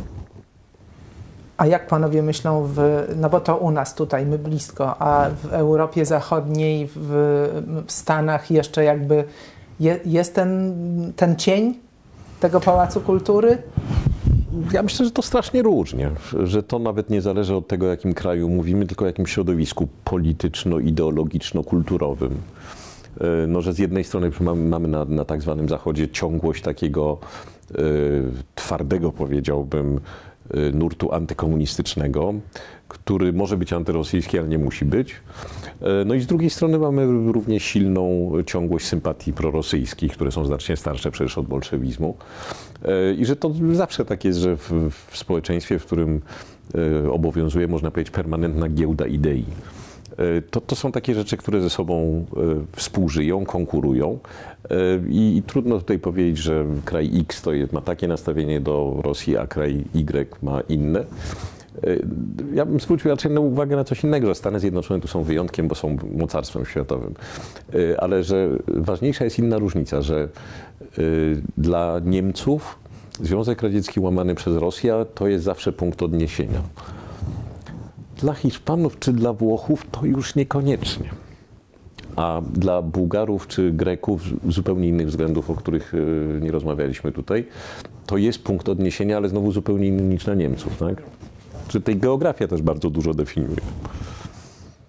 A jak panowie myślą, w, no bo to u nas tutaj, my blisko, a w Europie Zachodniej, w, w Stanach jeszcze jakby je, jest ten, ten cień tego Pałacu Kultury? Ja myślę, że to strasznie różnie, że to nawet nie zależy od tego, o jakim kraju mówimy, tylko o jakim środowisku polityczno-ideologiczno-kulturowym. No, że z jednej strony mamy, mamy na, na tak zwanym Zachodzie ciągłość takiego y, twardego, powiedziałbym, nurtu antykomunistycznego, który może być antyrosyjski, ale nie musi być. No i z drugiej strony mamy równie silną ciągłość sympatii prorosyjskich, które są znacznie starsze przecież od bolszewizmu. I że to zawsze tak jest, że w, w społeczeństwie, w którym obowiązuje, można powiedzieć, permanentna giełda idei. To, to są takie rzeczy, które ze sobą współżyją, konkurują i, i trudno tutaj powiedzieć, że kraj X to jest, ma takie nastawienie do Rosji, a kraj Y ma inne. Ja bym zwrócił raczej na uwagę na coś innego, że Stany Zjednoczone tu są wyjątkiem, bo są mocarstwem światowym, ale że ważniejsza jest inna różnica, że dla Niemców Związek Radziecki łamany przez Rosję to jest zawsze punkt odniesienia. Dla Hiszpanów czy dla Włochów to już niekoniecznie. A dla Bułgarów czy Greków z zupełnie innych względów, o których nie rozmawialiśmy tutaj, to jest punkt odniesienia, ale znowu zupełnie inny niż dla Niemców, tak? Czy tej geografia też bardzo dużo definiuje.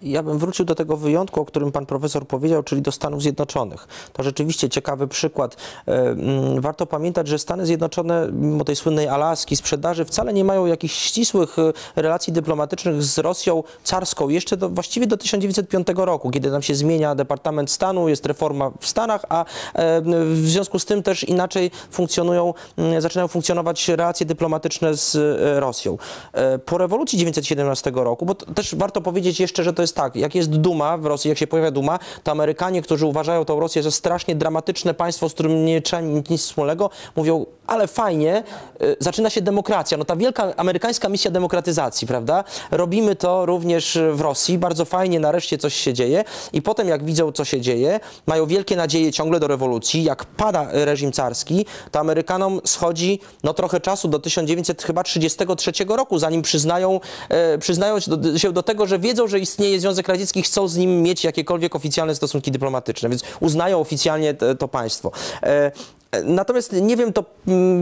Ja bym wrócił do tego wyjątku, o którym pan profesor powiedział, czyli do Stanów Zjednoczonych. To rzeczywiście ciekawy przykład. Warto pamiętać, że Stany Zjednoczone, mimo tej słynnej Alaski, sprzedaży, wcale nie mają jakichś ścisłych relacji dyplomatycznych z Rosją carską, jeszcze do, właściwie do tysiąc dziewięćset piątego roku, kiedy tam się zmienia Departament Stanu, jest reforma w Stanach, a w związku z tym też inaczej funkcjonują, zaczynają funkcjonować relacje dyplomatyczne z Rosją. Po rewolucji tysiąc dziewięćset siedemnastego roku, bo też warto powiedzieć jeszcze, że to jest tak, jak jest duma w Rosji, jak się pojawia duma, to Amerykanie, którzy uważają tą Rosję za strasznie dramatyczne państwo, z którym nie trzeba mieć nic wspólnego, mówią, ale fajnie, y, zaczyna się demokracja. No ta wielka amerykańska misja demokratyzacji, prawda? Robimy to również w Rosji, bardzo fajnie, nareszcie coś się dzieje i potem jak widzą, co się dzieje, mają wielkie nadzieje ciągle do rewolucji, jak pada reżim carski, to Amerykanom schodzi no trochę czasu do tysiąc dziewięćset trzydziestego trzeciego roku, zanim przyznają, e, przyznają się do, się do tego, że wiedzą, że istnieje Związek Radziecki, chcą z nim mieć jakiekolwiek oficjalne stosunki dyplomatyczne, więc uznają oficjalnie to, to państwo. E, Natomiast nie wiem, to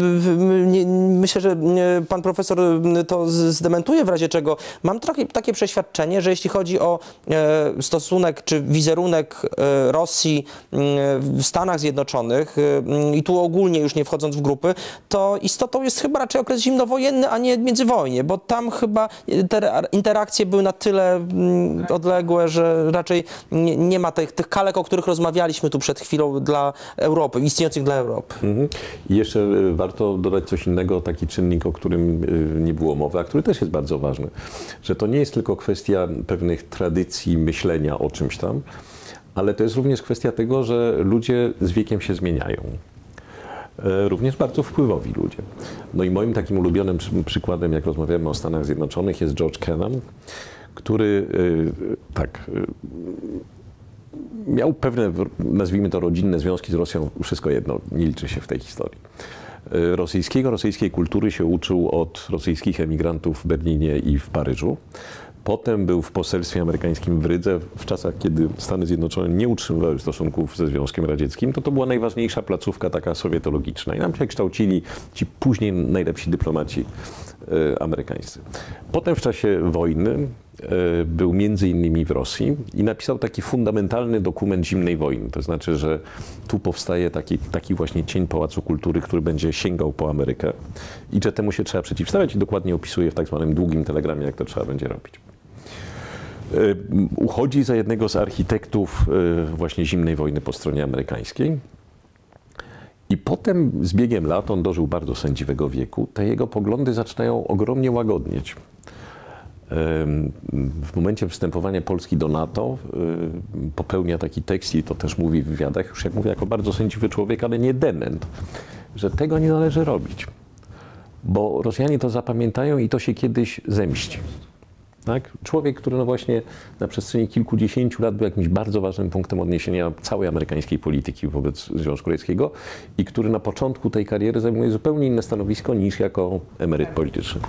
myślę, że pan profesor to zdementuje w razie czego. Mam trochę takie przeświadczenie, że jeśli chodzi o stosunek czy wizerunek Rosji w Stanach Zjednoczonych i tu ogólnie już nie wchodząc w grupy, to istotą jest chyba raczej okres zimnowojenny, a nie międzywojnie, bo tam chyba te interakcje były na tyle odległe, że raczej nie, nie ma tych, tych kalek, o których rozmawialiśmy tu przed chwilą dla Europy, istniejących dla Europy. Mhm. I jeszcze warto dodać coś innego, taki czynnik, o którym nie było mowy, a który też jest bardzo ważny, że to nie jest tylko kwestia pewnych tradycji myślenia o czymś tam, ale to jest również kwestia tego, że ludzie z wiekiem się zmieniają. Również bardzo wpływowi ludzie. No i moim takim ulubionym przykładem, jak rozmawiamy o Stanach Zjednoczonych, jest George Kennan, który tak miał pewne, nazwijmy to, rodzinne związki z Rosją, wszystko jedno, nie liczy się w tej historii. Rosyjskiego, rosyjskiej kultury się uczył od rosyjskich emigrantów w Berlinie i w Paryżu. Potem był w poselstwie amerykańskim w Rydze w czasach, kiedy Stany Zjednoczone nie utrzymywały stosunków ze Związkiem Radzieckim. To to była najważniejsza placówka taka sowietologiczna i nam się kształcili ci później najlepsi dyplomaci e, amerykańscy. Potem w czasie wojny e, był między innymi w Rosji i napisał taki fundamentalny dokument zimnej wojny. To znaczy, że tu powstaje taki, taki właśnie cień Pałacu Kultury, który będzie sięgał po Amerykę i że temu się trzeba przeciwstawiać i dokładnie opisuje w tak zwanym długim telegramie, jak to trzeba będzie robić. Uchodzi za jednego z architektów właśnie zimnej wojny po stronie amerykańskiej. I potem z biegiem lat, on dożył bardzo sędziwego wieku, te jego poglądy zaczynają ogromnie łagodnieć. W momencie wstępowania Polski do NATO popełnia taki tekst i to też mówi w wywiadach, już jak mówię, jako bardzo sędziwy człowiek, ale nie dement, że tego nie należy robić, bo Rosjanie to zapamiętają i to się kiedyś zemści. Tak? Człowiek, który no właśnie na przestrzeni kilkudziesięciu lat był jakimś bardzo ważnym punktem odniesienia całej amerykańskiej polityki wobec Związku Radzieckiego i który na początku tej kariery zajmuje zupełnie inne stanowisko niż jako emeryt polityczny.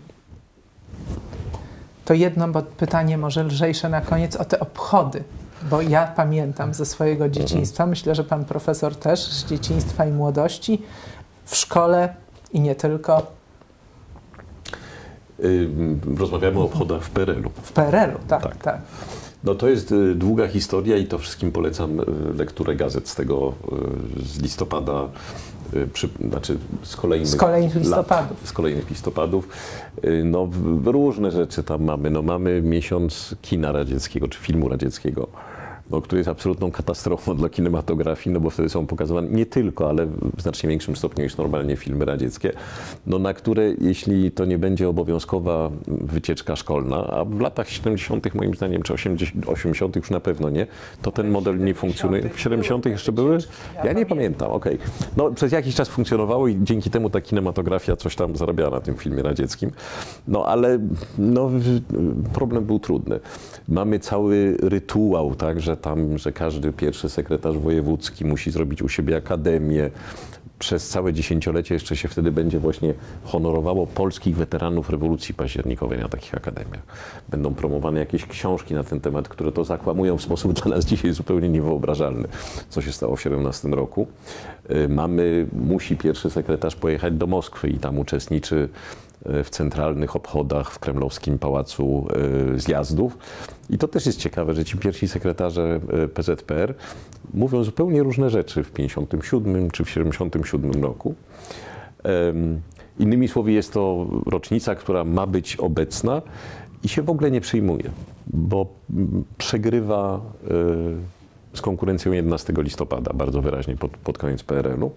To jedno bo pytanie może lżejsze na koniec o te obchody, bo ja pamiętam ze swojego dzieciństwa, myślę, że pan profesor też z dzieciństwa i młodości, w szkole i nie tylko. Rozmawiamy o obchodach w P R L u. W P R L u, tak, tak. tak. No to jest długa historia i to wszystkim polecam lekturę gazet z tego, z listopada, przy, znaczy z kolejnych, z kolejnych listopadów. Lat, z kolejnych listopadów. No różne rzeczy tam mamy. No mamy miesiąc kina radzieckiego, czy filmu radzieckiego, no, który jest absolutną katastrofą dla kinematografii, no bo wtedy są pokazywane nie tylko, ale w znacznie większym stopniu niż normalnie filmy radzieckie, no na które, jeśli to nie będzie obowiązkowa wycieczka szkolna, a w latach siedemdziesiątych moim zdaniem, czy osiemdziesiątych już na pewno nie, to ten model nie funkcjonuje. W siedemdziesiątych jeszcze były? Ja nie pamiętam, okej. Okay. No przez jakiś czas funkcjonowało i dzięki temu ta kinematografia coś tam zarabiała na tym filmie radzieckim, no ale no, problem był trudny. Mamy cały rytuał, tak, że tam, że każdy pierwszy sekretarz wojewódzki musi zrobić u siebie akademię. Przez całe dziesięciolecie jeszcze się wtedy będzie właśnie honorowało polskich weteranów rewolucji październikowej na takich akademiach. Będą promowane jakieś książki na ten temat, które to zakłamują w sposób dla nas dzisiaj zupełnie niewyobrażalny, co się stało w siedemnastym roku. Mamy, musi pierwszy sekretarz pojechać do Moskwy i tam uczestniczy w centralnych obchodach w kremlowskim Pałacu Zjazdów. I to też jest ciekawe, że ci pierwsi sekretarze P Z P R mówią zupełnie różne rzeczy w pięćdziesiątym siódmym czy w siedemdziesiątym siódmym roku. Innymi słowy, jest to rocznica, która ma być obecna i się w ogóle nie przyjmuje, bo przegrywa z konkurencją jedenastego listopada bardzo wyraźnie pod, pod koniec P R L-u.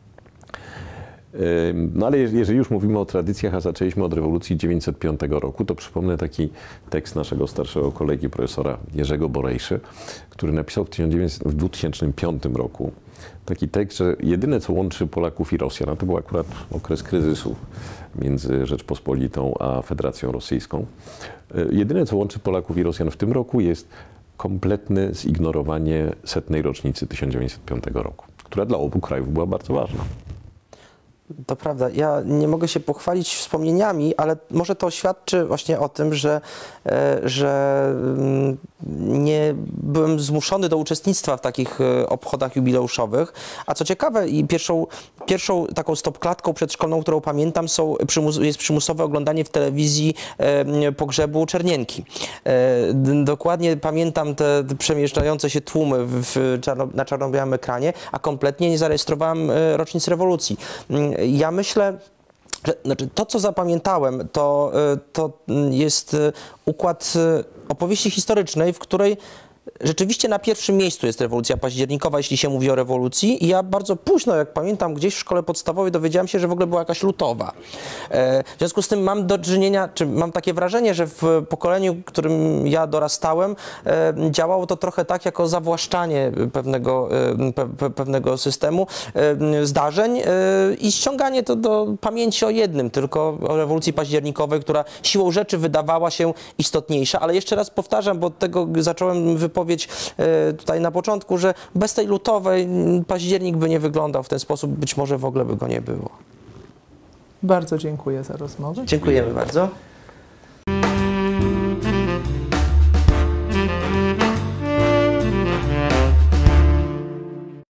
No ale jeżeli już mówimy o tradycjach, a zaczęliśmy od rewolucji dziewięćset piątego roku, to przypomnę taki tekst naszego starszego kolegi, profesora Jerzego Borejszy, który napisał w, w dwa tysiące piątym roku taki tekst, że jedyne, co łączy Polaków i Rosjan, a to był akurat okres kryzysu między Rzeczpospolitą a Federacją Rosyjską, jedyne, co łączy Polaków i Rosjan w tym roku, jest kompletne zignorowanie setnej rocznicy tysiąc dziewięćset piątego roku, która dla obu krajów była bardzo ważna. To prawda. Ja nie mogę się pochwalić wspomnieniami, ale może to świadczy właśnie o tym, że, że nie byłem zmuszony do uczestnictwa w takich obchodach jubileuszowych. A co ciekawe, i pierwszą, pierwszą taką stopklatką przedszkolną, którą pamiętam, są, jest przymusowe oglądanie w telewizji pogrzebu Czernienki. Dokładnie pamiętam te przemieszczające się tłumy w czarno, na czarno-białym ekranie, a kompletnie nie zarejestrowałem rocznic rewolucji. Ja myślę, że znaczy to, co zapamiętałem, to, to jest układ opowieści historycznej, w której rzeczywiście na pierwszym miejscu jest rewolucja październikowa, jeśli się mówi o rewolucji. I ja bardzo późno, jak pamiętam, gdzieś w szkole podstawowej dowiedziałem się, że w ogóle była jakaś lutowa. W związku z tym mam do czynienia, czy mam takie wrażenie, że w pokoleniu, w którym ja dorastałem, działało to trochę tak, jako zawłaszczanie pewnego, pe, pewnego systemu zdarzeń i ściąganie to do pamięci o jednym, tylko o rewolucji październikowej, która siłą rzeczy wydawała się istotniejsza. Ale jeszcze raz powtarzam, bo od tego zacząłem wypowiedzieć tutaj na początku, że bez tej lutowej październik by nie wyglądał w ten sposób, być może w ogóle by go nie było. Bardzo dziękuję za rozmowę. Dziękujemy bardzo.